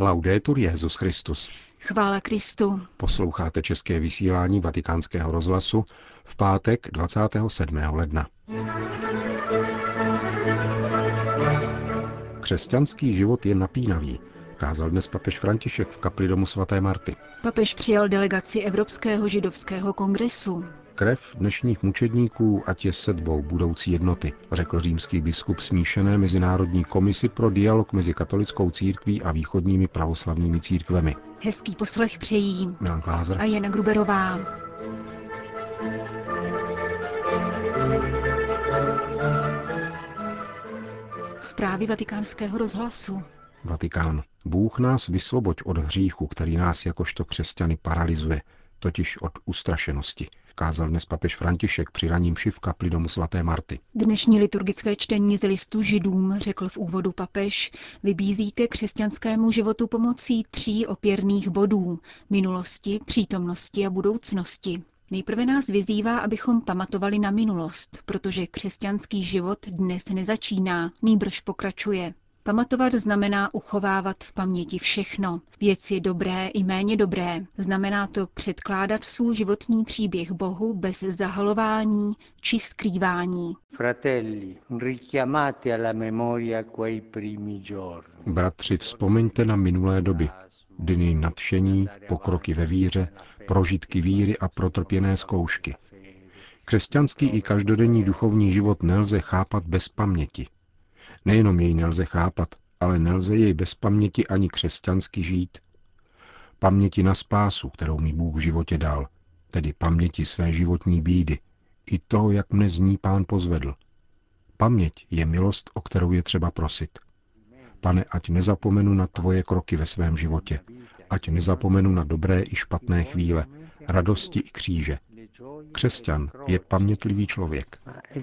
Laudetur Jesus Christus. Chvála Kristu. Posloucháte české vysílání Vatikánského rozhlasu v pátek 27. ledna. Křesťanský život je napínavý, kázal dnes papež František v kapli domu svaté Marty. Papež přijal delegaci Evropského židovského kongresu. Krev dnešních mučedníků ať je sedbou budoucí jednoty, řekl římský biskup smíšené mezinárodní komisi pro dialog mezi katolickou církví a východními pravoslavnými církvemi. Hezký poslech přejí Milan Klázer a Jana Gruberová. Zprávy Vatikánského rozhlasu. Vatikán. Bůh nás vysvoboď od hříchu, který nás jakožto křesťany paralyzuje, totiž od ustrašenosti, kázal dnes papež František při raním mši v kapli domu svaté Marty. Dnešní liturgické čtení z listu Židům, řekl v úvodu papež, vybízí ke křesťanskému životu pomocí 3 opěrných bodů: minulosti, přítomnosti a budoucnosti. Nejprve nás vyzývá, abychom pamatovali na minulost, protože křesťanský život dnes nezačíná, nýbrž pokračuje. Pamatovat znamená uchovávat v paměti všechno, věci dobré i méně dobré. Znamená to předkládat svůj životní příběh Bohu bez zahalování či skrývání. Bratři, vzpomeňte na minulé doby, dny nadšení, pokroky ve víře, prožitky víry a protrpěné zkoušky. Křesťanský i každodenní duchovní život nelze chápat bez paměti. Nejenom jej nelze chápat, ale nelze jej bez paměti ani křesťansky žít. Paměti na spásu, kterou mi Bůh v životě dal, tedy paměti své životní bídy, i toho, jak mne z ní Pán pozvedl. Paměť je milost, o kterou je třeba prosit. Pane, ať nezapomenu na tvoje kroky ve svém životě, ať nezapomenu na dobré i špatné chvíle, radosti i kříže. Křesťan je pamětlivý člověk.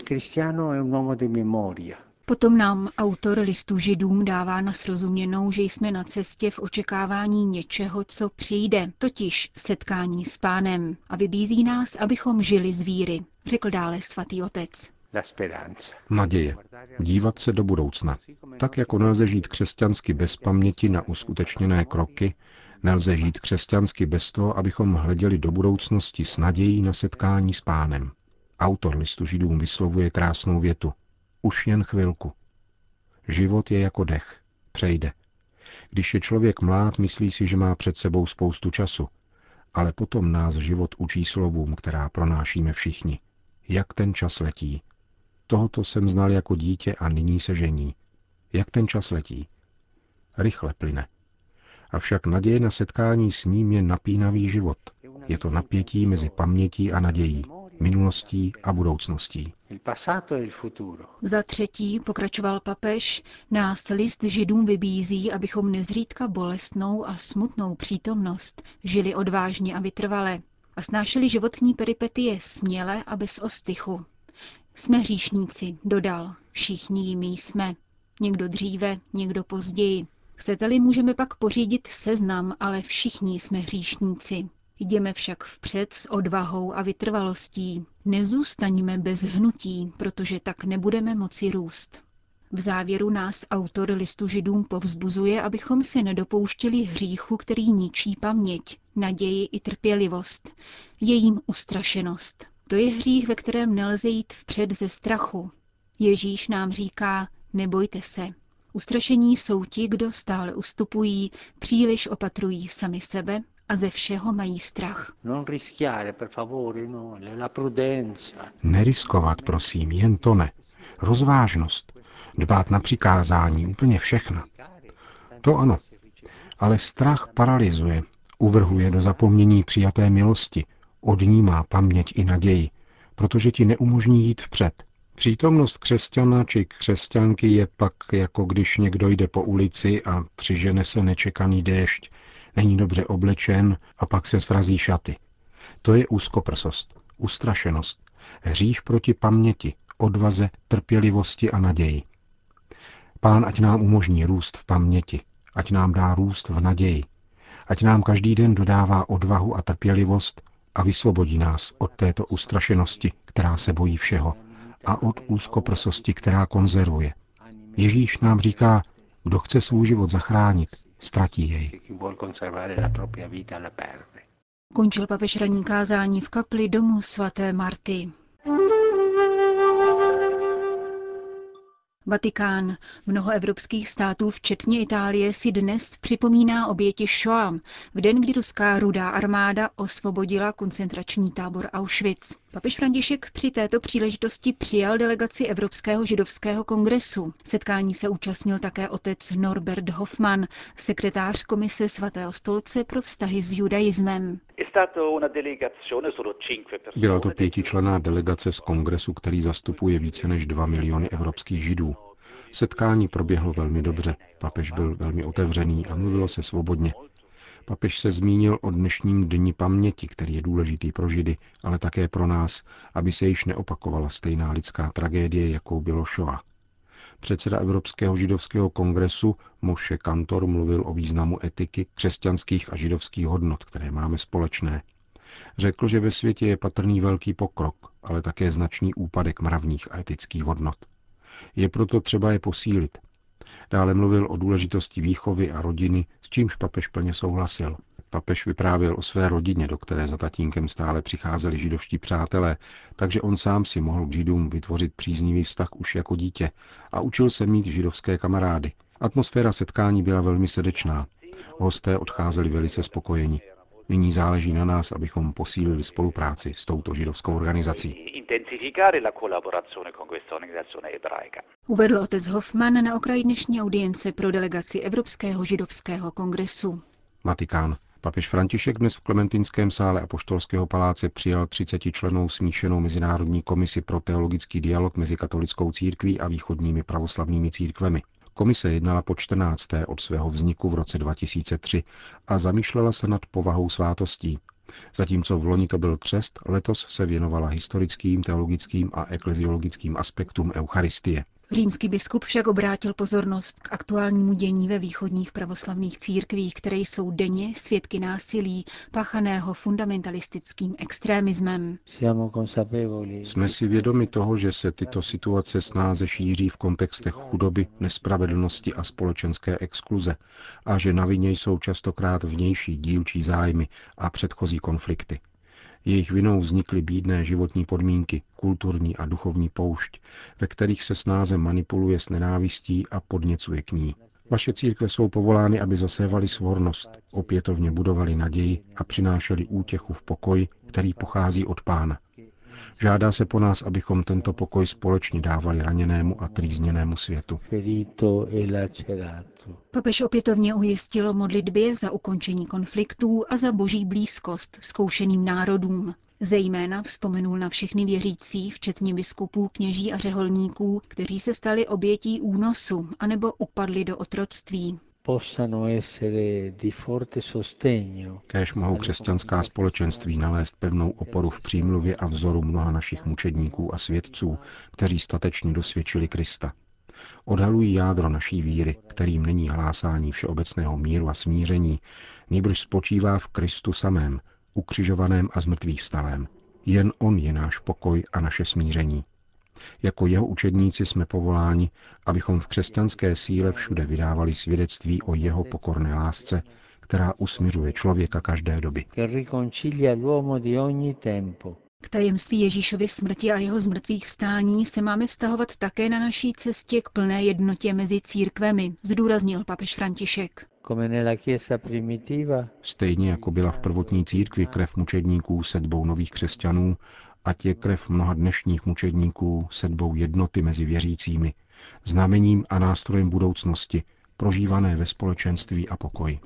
Potom nám autor listu Židům dává na srozuměnou, že jsme na cestě v očekávání něčeho, co přijde, totiž setkání s Pánem, a vybízí nás, abychom žili z víry, řekl dále svatý otec. Naděje. Dívat se do budoucna. Tak jako nelze žít křesťansky bez paměti na uskutečněné kroky, nelze žít křesťansky bez toho, abychom hleděli do budoucnosti s nadějí na setkání s Pánem. Autor listu Židům vyslovuje krásnou větu. Už jen chvilku. Život je jako dech. Přejde. Když je člověk mlád, myslí si, že má před sebou spoustu času. Ale potom nás život učí slovům, která pronášíme všichni. Jak ten čas letí. Tohoto jsem znal jako dítě a nyní se žení. Jak ten čas letí. Rychle plyne. Avšak naděje na setkání s ním je napínavý život. Je to napětí mezi pamětí a nadějí, minulostí a budoucností. Za třetí, pokračoval papež, nás list Židům vybízí, abychom nezřídka bolestnou a smutnou přítomnost žili odvážně a vytrvale a snášeli životní peripetie směle a bez ostychu. Jsme hříšníci, dodal, všichni jimi jsme. Někdo dříve, někdo později. Chcete-li, můžeme pak pořídit seznam, ale všichni jsme hříšníci. Jdeme však vpřed s odvahou a vytrvalostí. Nezůstaňme bez hnutí, protože tak nebudeme moci růst. V závěru nás autor listu Židům povzbuzuje, abychom se nedopouštěli hříchu, který ničí paměť, naději i trpělivost, jejím ustrašenost. To je hřích, ve kterém nelze jít vpřed ze strachu. Ježíš nám říká, nebojte se. Ustrašení jsou ti, kdo stále ustupují, příliš opatrují sami sebe a ze všeho mají strach. Neriskovat, prosím, jen to ne. Rozvážnost. Dbát na přikázání, úplně všechno. To ano. Ale strach paralyzuje, uvrhuje do zapomnění přijaté milosti, odnímá paměť i naději, protože ti neumožní jít vpřed. Přítomnost křesťana či křesťanky je pak jako když někdo jde po ulici a přižene se nečekaný déšť, není dobře oblečen a pak se srazí šaty. To je úzkoprsost, ustrašenost, hřích proti paměti, odvaze, trpělivosti a naději. Pán ať nám umožní růst v paměti, ať nám dá růst v naději, ať nám každý den dodává odvahu a trpělivost a vysvobodí nás od této ustrašenosti, která se bojí všeho, a od úzkoprsosti, která konzervuje. Ježíš nám říká, kdo chce svůj život zachránit, ztratí jej. Končil papež ranní kázání v kapli domu svaté Marty. Vatikán. Mnoho evropských států, včetně Itálie, si dnes připomíná oběti Shoah, v den, kdy ruská Rudá armáda osvobodila koncentrační tábor Auschwitz. Papež František při této příležitosti přijal delegaci Evropského židovského kongresu. Setkání se účastnil také otec Norbert Hoffmann, sekretář Komise Svatého stolce pro vztahy s judaismem. Byla to 5členná delegace z kongresu, který zastupuje více než 2 miliony evropských židů. Setkání proběhlo velmi dobře. Papež byl velmi otevřený a mluvilo se svobodně. Papež se zmínil o dnešním dni paměti, který je důležitý pro Židy, ale také pro nás, aby se již neopakovala stejná lidská tragédie, jakou bylo Shoah. Předseda Evropského židovského kongresu Moshe Kantor mluvil o významu etiky, křesťanských a židovských hodnot, které máme společné. Řekl, že ve světě je patrný velký pokrok, ale také značný úpadek mravních a etických hodnot. Je proto třeba je posílit. Dále mluvil o důležitosti výchovy a rodiny, s čímž papež plně souhlasil. Papež vyprávěl o své rodině, do které za tatínkem stále přicházeli židovští přátelé, takže on sám si mohl k židům vytvořit příznivý vztah už jako dítě a učil se mít židovské kamarády. Atmosféra setkání byla velmi srdečná. Hosté odcházeli velice spokojeni. Nyní záleží na nás, abychom posílili spolupráci s touto židovskou organizací. Uvedl otec Hoffmann na okraji dnešní audience pro delegaci Evropského židovského kongresu. Vatikán. Papež František dnes v Klementinském sále Apoštolského paláce přijal 30člennou smíšenou mezinárodní komisi pro teologický dialog mezi katolickou církví a východními pravoslavnými církvemi. Komise jednala po 14. od svého vzniku v roce 2003 a zamýšlela se nad povahou svátostí. Zatímco v loni to byl křest, letos se věnovala historickým, teologickým a ekleziologickým aspektům eucharistie. Římský biskup však obrátil pozornost k aktuálnímu dění ve východních pravoslavných církvích, které jsou denně svědky násilí páchaného fundamentalistickým extrémismem. Jsme si vědomi toho, že se tyto situace snáze šíří v kontextech chudoby, nespravedlnosti a společenské exkluze a že na vině jsou častokrát vnější dílčí zájmy a předchozí konflikty. Jejich vinou vznikly bídné životní podmínky, kulturní a duchovní poušť, ve kterých se snáze manipuluje s nenávistí a podněcuje k ní. Vaše církve jsou povolány, aby zasévali svornost, opětovně budovali naději a přinášeli útěchu v pokoji, který pochází od Pána. Žádá se po nás, abychom tento pokoj společně dávali raněnému a trýzněnému světu. Papež opětovně ujistil o modlitbě za ukončení konfliktů a za boží blízkost zkoušeným národům. Zejména vzpomenul na všechny věřící, včetně biskupů, kněží a řeholníků, kteří se stali obětí únosu anebo upadli do otroctví. Kéž mohou křesťanská společenství nalézt pevnou oporu v přímluvě a vzoru mnoha našich mučedníků a svědců, kteří statečně dosvědčili Krista. Odhalují jádro naší víry, kterým není hlásání všeobecného míru a smíření, nýbrž spočívá v Kristu samém, ukřižovaném a zmrtvýchvstalém. Jen on je náš pokoj a naše smíření. Jako jeho učedníci jsme povoláni, abychom v křesťanské síle všude vydávali svědectví o jeho pokorné lásce, která usmiřuje člověka každé doby. K tajemství Ježíšovy smrti a jeho zmrtvýchvstání se máme vztahovat také na naší cestě k plné jednotě mezi církvemi, zdůraznil papež František. Stejně jako byla v prvotní církvi krev mučedníků sedbou nových křesťanů, ať je krev mnoha dnešních mučedníků sedbou jednoty mezi věřícími, znamením a nástrojem budoucnosti, prožívané ve společenství a pokoji.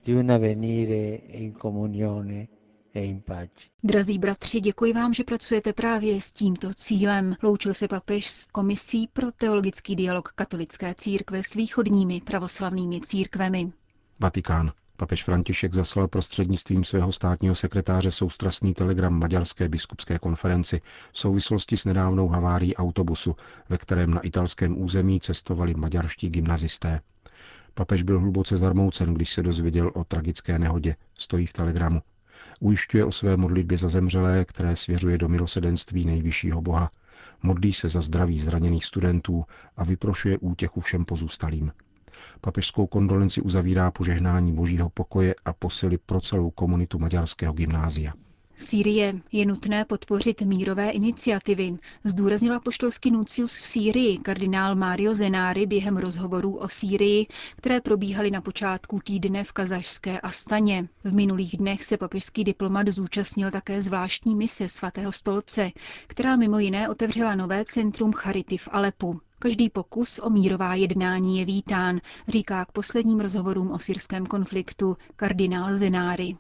Drazí bratři, děkuji vám, že pracujete právě s tímto cílem. Loučil se papež s Komisí pro teologický dialog katolické církve s východními pravoslavnými církvemi. Vatikán. Papež František zaslal prostřednictvím svého státního sekretáře soustrastný telegram Maďarské biskupské konferenci v souvislosti s nedávnou havárií autobusu, ve kterém na italském území cestovali maďarští gymnazisté. Papež byl hluboce zarmoucen, když se dozvěděl o tragické nehodě, stojí v telegramu. Ujišťuje o své modlitbě za zemřelé, které svěřuje do milosedenství nejvyššího Boha. Modlí se za zdraví zraněných studentů a vyprošuje útěchu všem pozůstalým. Papežskou kondolenci uzavírá požehnání božího pokoje a posily pro celou komunitu maďarského gymnázia. Sýrie je nutné podpořit mírové iniciativy, zdůraznil apoštolský nuncius v Sýrii kardinál Mario Zenari během rozhovorů o Sýrii, které probíhaly na počátku týdne v kazašské Astaně. V minulých dnech se papežský diplomat zúčastnil také zvláštní mise Svatého stolce, která mimo jiné otevřela nové centrum charity v Alepu. Každý pokus o mírová jednání je vítán, říká k posledním rozhovorům o syrském konfliktu kardinál Zenari.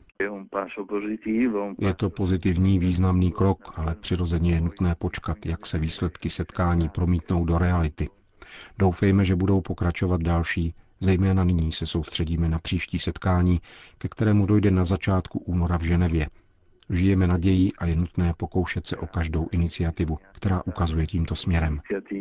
Je to pozitivní, významný krok, ale přirozeně je nutné počkat, jak se výsledky setkání promítnou do reality. Doufejme, že budou pokračovat další, zejména nyní se soustředíme na příští setkání, ke kterému dojde na začátku února v Ženevě. Žijeme nadějí a je nutné pokoušet se o každou iniciativu, která ukazuje tímto směrem.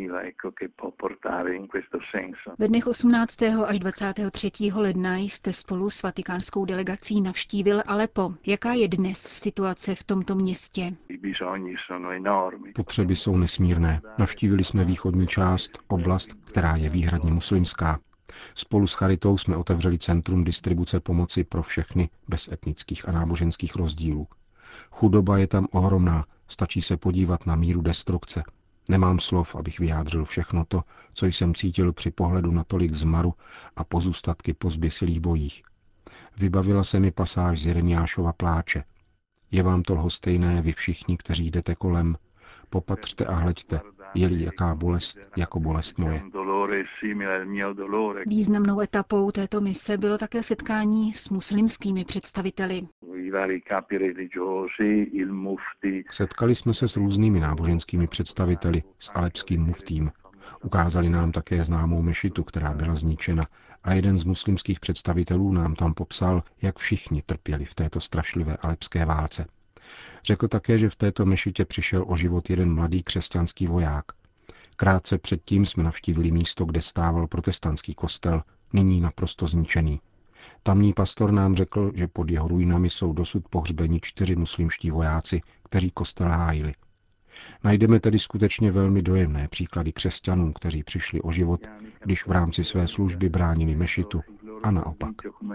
Ve dnech 18. až 23. ledna jste spolu s vatikánskou delegací navštívil Alepo. Jaká je dnes situace v tomto městě? Potřeby jsou nesmírné. Navštívili jsme východní část, oblast, která je výhradně muslimská. Spolu s charitou jsme otevřeli centrum distribuce pomoci pro všechny bez etnických a náboženských rozdílů. Chudoba je tam ohromná, stačí se podívat na míru destrukce. Nemám slov, abych vyjádřil všechno to, co jsem cítil při pohledu na tolik zmaru a pozůstatky po zběsilých bojích. Vybavila se mi pasáž z Jeremiášova pláče. Je vám to lhostejné, vy všichni, kteří jdete kolem, popatřte a hleďte, je-li jaká bolest, jako bolest moje. Významnou etapou této mise bylo také setkání s muslimskými představiteli. Setkali jsme se s různými náboženskými představiteli, s alepským muftím. Ukázali nám také známou mešitu, která byla zničena, a jeden z muslimských představitelů nám tam popsal, jak všichni trpěli v této strašlivé alepské válce. Řekl také, že v této mešitě přišel o život jeden mladý křesťanský voják. Krátce předtím jsme navštívili místo, kde stával protestantský kostel, nyní naprosto zničený. Tamní pastor nám řekl, že pod jeho ruinami jsou dosud pohřbeni 4 muslimští vojáci, kteří kostel hájili. Najdeme tedy skutečně velmi dojemné příklady křesťanů, kteří přišli o život, když v rámci své služby bránili mešitu, a naopak.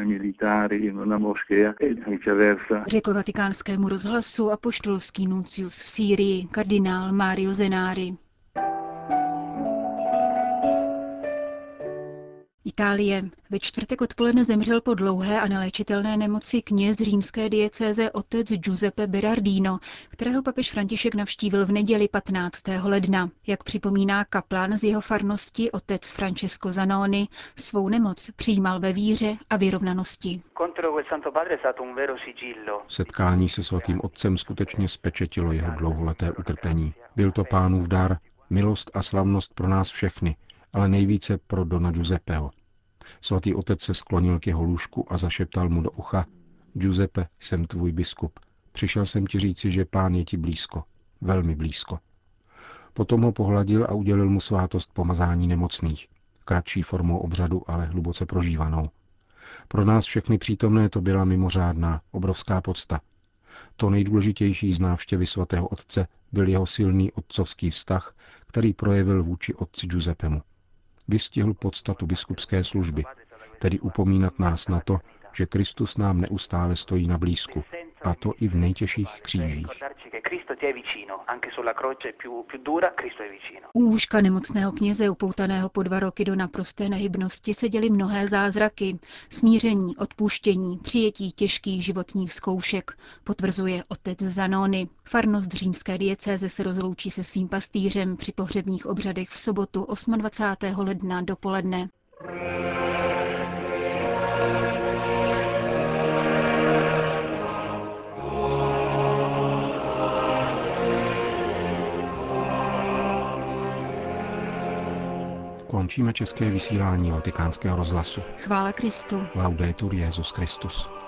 Řekl vatikánskému rozhlasu apoštolský nuncius v Sýrii kardinál Mario Zenari. Itálie. Ve čtvrtek odpoledne zemřel po dlouhé a neléčitelné nemoci kněz římské diecéze otec Giuseppe Berardino, kterého papež František navštívil v neděli 15. ledna. Jak připomíná kaplan z jeho farnosti otec Francesco Zanoni, svou nemoc přijímal ve víře a vyrovnanosti. Setkání se svatým otcem skutečně spečetilo jeho dlouholeté utrpení. Byl to Pánův dar, milost a slavnost pro nás všechny, ale nejvíce pro dona Giuseppeho. Svatý otec se sklonil k jeho lůžku a zašeptal mu do ucha: Giuseppe, jsem tvůj biskup. Přišel jsem ti říci, že Pán je ti blízko, velmi blízko. Potom ho pohladil a udělil mu svátost pomazání nemocných, kratší formou obřadu, ale hluboce prožívanou. Pro nás všechny přítomné to byla mimořádná, obrovská podsta. To nejdůležitější z návštěvy svatého otce byl jeho silný otcovský vztah, který projevil vůči otci Giuseppemu. Vystihl podstatu biskupské služby, tedy upomínat nás na to, že Kristus nám neustále stojí na blízku, a to i v nejtěžších křížích. U lůžka nemocného kněze upoutaného po 2 roky do naprosté nehybnosti se děly mnohé zázraky. Smíření, odpuštění, přijetí těžkých životních zkoušek, potvrzuje otec Zanoni. Farnost římské diecéze se rozloučí se svým pastýřem při pohřebních obřadech v sobotu 28. ledna dopoledne. Končíme české vysílání Vatikánského rozhlasu. Chvála Kristu. Laudetur Jesus Christus.